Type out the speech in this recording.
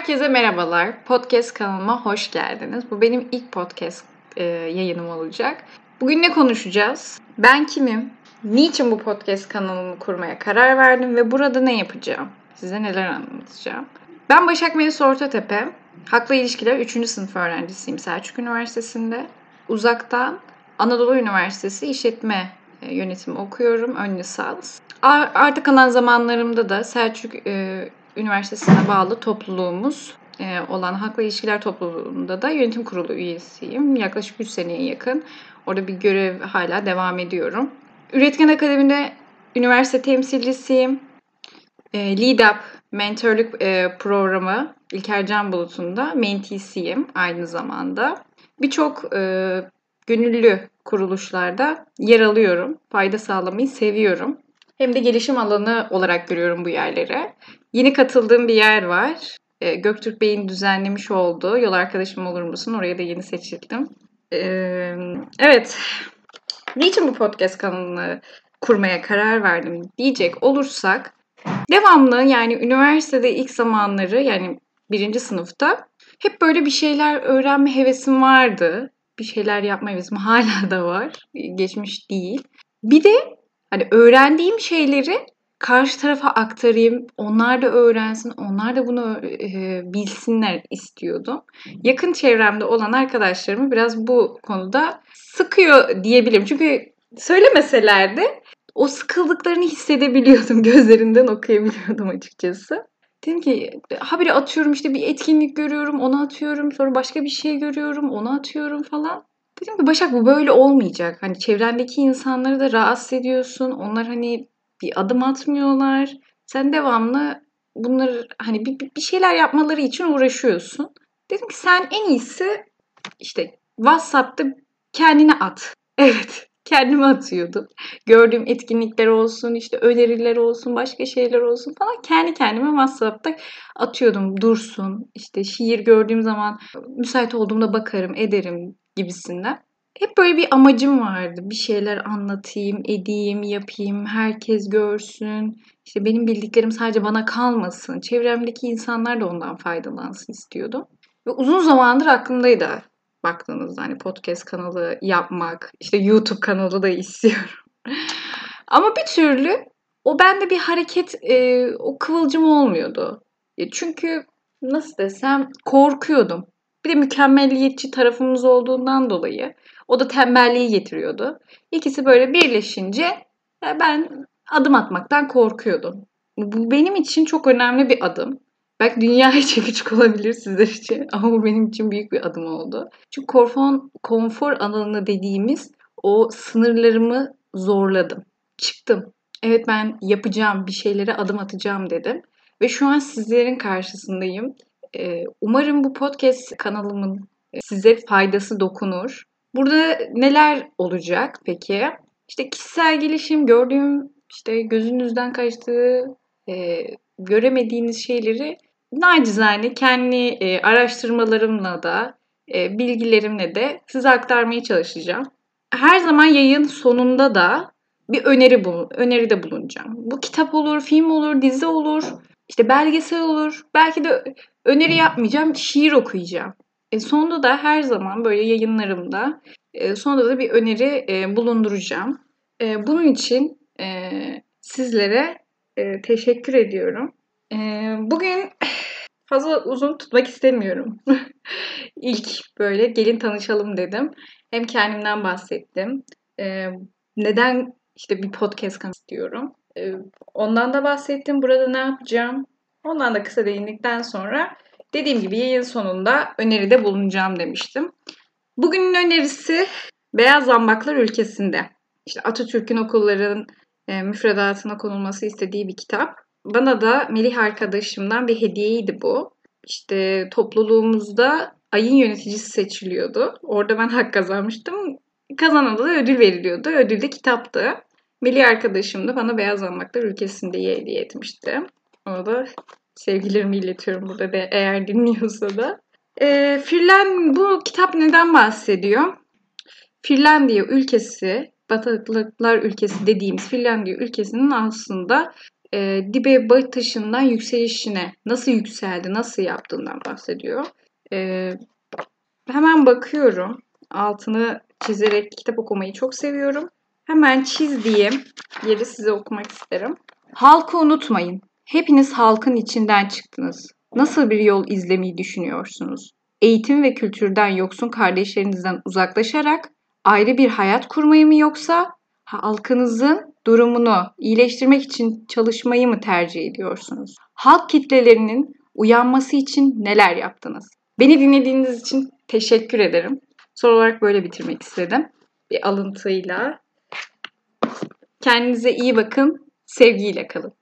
Herkese merhabalar. Podcast kanalıma hoş geldiniz. Bu benim ilk podcast yayınım olacak. Bugün ne konuşacağız? Ben kimim? Niçin bu podcast kanalını kurmaya karar verdim ve burada ne yapacağım? Size neler anlatacağım? Ben Başak Melis Ortatepe. Halkla İlişkiler 3. sınıf öğrencisiyim Selçuk Üniversitesi'nde. Uzaktan Anadolu Üniversitesi İşletme Yönetimi okuyorum. Ön lisans. Artık kalan zamanlarımda da Selçuk Üniversitesi'ne bağlı topluluğumuz olan Halkla İlişkiler Topluluğu'nda da yönetim kurulu üyesiyim. Yaklaşık 3 seneye yakın. Orada bir görev hala devam ediyorum. Üretken Akademi'de üniversite temsilcisiyim. Lead Up mentorluk programı İlker Can Bulut'unda menteesiyim aynı zamanda. Birçok gönüllü kuruluşlarda yer alıyorum. Fayda sağlamayı seviyorum. Hem de gelişim alanı olarak görüyorum bu yerlere. Yeni katıldığım bir yer var. Göktürk Bey'in düzenlemiş olduğu Yol Arkadaşım Olur Musun? Oraya da yeni seçildim. Evet. Niçin bu podcast kanalını kurmaya karar verdim diyecek olursak, devamlı yani üniversitede ilk zamanları yani 1. sınıfta hep böyle bir şeyler öğrenme hevesim vardı. Bir şeyler yapma hevesim hala da var. Geçmiş değil. Bir de hani öğrendiğim şeyleri karşı tarafa aktarayım, onlar da öğrensin, onlar da bunu bilsinler istiyordum. Yakın çevremde olan arkadaşlarımı biraz bu konuda sıkıyor diyebilirim. Çünkü söylemeselerdi o sıkıldıklarını hissedebiliyordum, gözlerinden okuyabiliyordum açıkçası. Dedim ki habire atıyorum, işte bir etkinlik görüyorum, onu atıyorum, sonra başka bir şey görüyorum, onu atıyorum falan. Dedim ki Başak, bu böyle olmayacak. Hani çevrendeki insanları da rahatsız ediyorsun. Onlar hani bir adım atmıyorlar. Sen devamlı bunları hani bir şeyler yapmaları için uğraşıyorsun. Dedim ki sen en iyisi işte WhatsApp'ta kendine at. Evet, kendime atıyordum. Gördüğüm etkinlikler olsun, işte öneriler olsun, başka şeyler olsun falan kendi kendime WhatsApp'ta atıyordum. Dursun, işte şiir gördüğüm zaman müsait olduğumda bakarım, ederim gibisinden. Hep böyle bir amacım vardı. Bir şeyler anlatayım, edeyim, yapayım, herkes görsün. İşte benim bildiklerim sadece bana kalmasın. Çevremdeki insanlar da ondan faydalansın istiyordum. Ve uzun zamandır aklımdaydı, baktığınızda hani podcast kanalı yapmak, işte YouTube kanalı da istiyorum. Ama bir türlü o bende bir hareket, o kıvılcım olmuyordu. Çünkü nasıl desem korkuyordum. Bir de mükemmelliyetçi tarafımız olduğundan dolayı o da tembelliği getiriyordu. İkisi böyle birleşince ben adım atmaktan korkuyordum. Bu benim için çok önemli bir adım. Belki dünya için küçük olabilir sizler için ama bu benim için büyük bir adım oldu. Çünkü konfor alanı dediğimiz o sınırlarımı zorladım. Çıktım. Evet, ben yapacağım, bir şeylere adım atacağım dedim. Ve şu an sizlerin karşısındayım. Umarım bu podcast kanalımın size faydası dokunur. Burada neler olacak peki? İşte kişisel gelişim, gördüğüm, işte gözünüzden kaçtığı, göremediğiniz şeyleri nacizane kendi araştırmalarımla da bilgilerimle de size aktarmaya çalışacağım. Her zaman yayın sonunda da bir öneride bulunacağım. Bu kitap olur, film olur, dizi olur, işte belgesel olur. Belki de öneri yapmayacağım, şiir okuyacağım. Sonunda da her zaman böyle yayınlarımda sonunda da bir öneri bulunduracağım. Bunun için sizlere teşekkür ediyorum. Bugün fazla uzun tutmak istemiyorum. İlk böyle gelin tanışalım dedim. Hem kendimden bahsettim. Neden işte bir podcast kanalı istiyorum. Ondan da bahsettim. Burada ne yapacağım? Ondan da kısa değindikten sonra dediğim gibi yayın sonunda öneride bulunacağım demiştim. Bugünün önerisi Beyaz Zambaklar Ülkesi'nde. İşte Atatürk'ün okulların müfredatına konulması istediği bir kitap. Bana da Melih arkadaşımdan bir hediyeydi bu. İşte topluluğumuzda ayın yöneticisi seçiliyordu. Orada ben hak kazanmıştım. Kazanana da ödül veriliyordu. Ödül de kitaptı. Melih arkadaşım da bana Beyaz Zambaklar Ülkesi'nde hediye etmişti. Ona da sevgilerimi iletiyorum burada da, eğer dinliyorsa da. Bu kitap neden bahsediyor? Finlandiya ülkesi, bataklıklar ülkesi dediğimiz Finlandiya ülkesinin aslında dibe batışından yükselişine nasıl yükseldi, nasıl yaptığından bahsediyor. Hemen bakıyorum. Altını çizerek kitap okumayı çok seviyorum. Hemen çizdiğim yeri size okumak isterim. Halkı unutmayın. Hepiniz halkın içinden çıktınız. Nasıl bir yol izlemeyi düşünüyorsunuz? Eğitim ve kültürden yoksun kardeşlerinizden uzaklaşarak ayrı bir hayat kurmayı mı yoksa halkınızın durumunu iyileştirmek için çalışmayı mı tercih ediyorsunuz? Halk kitlelerinin uyanması için neler yaptınız? Beni dinlediğiniz için teşekkür ederim. Son olarak böyle bitirmek istedim. Bir alıntıyla. Kendinize iyi bakın, sevgiyle kalın.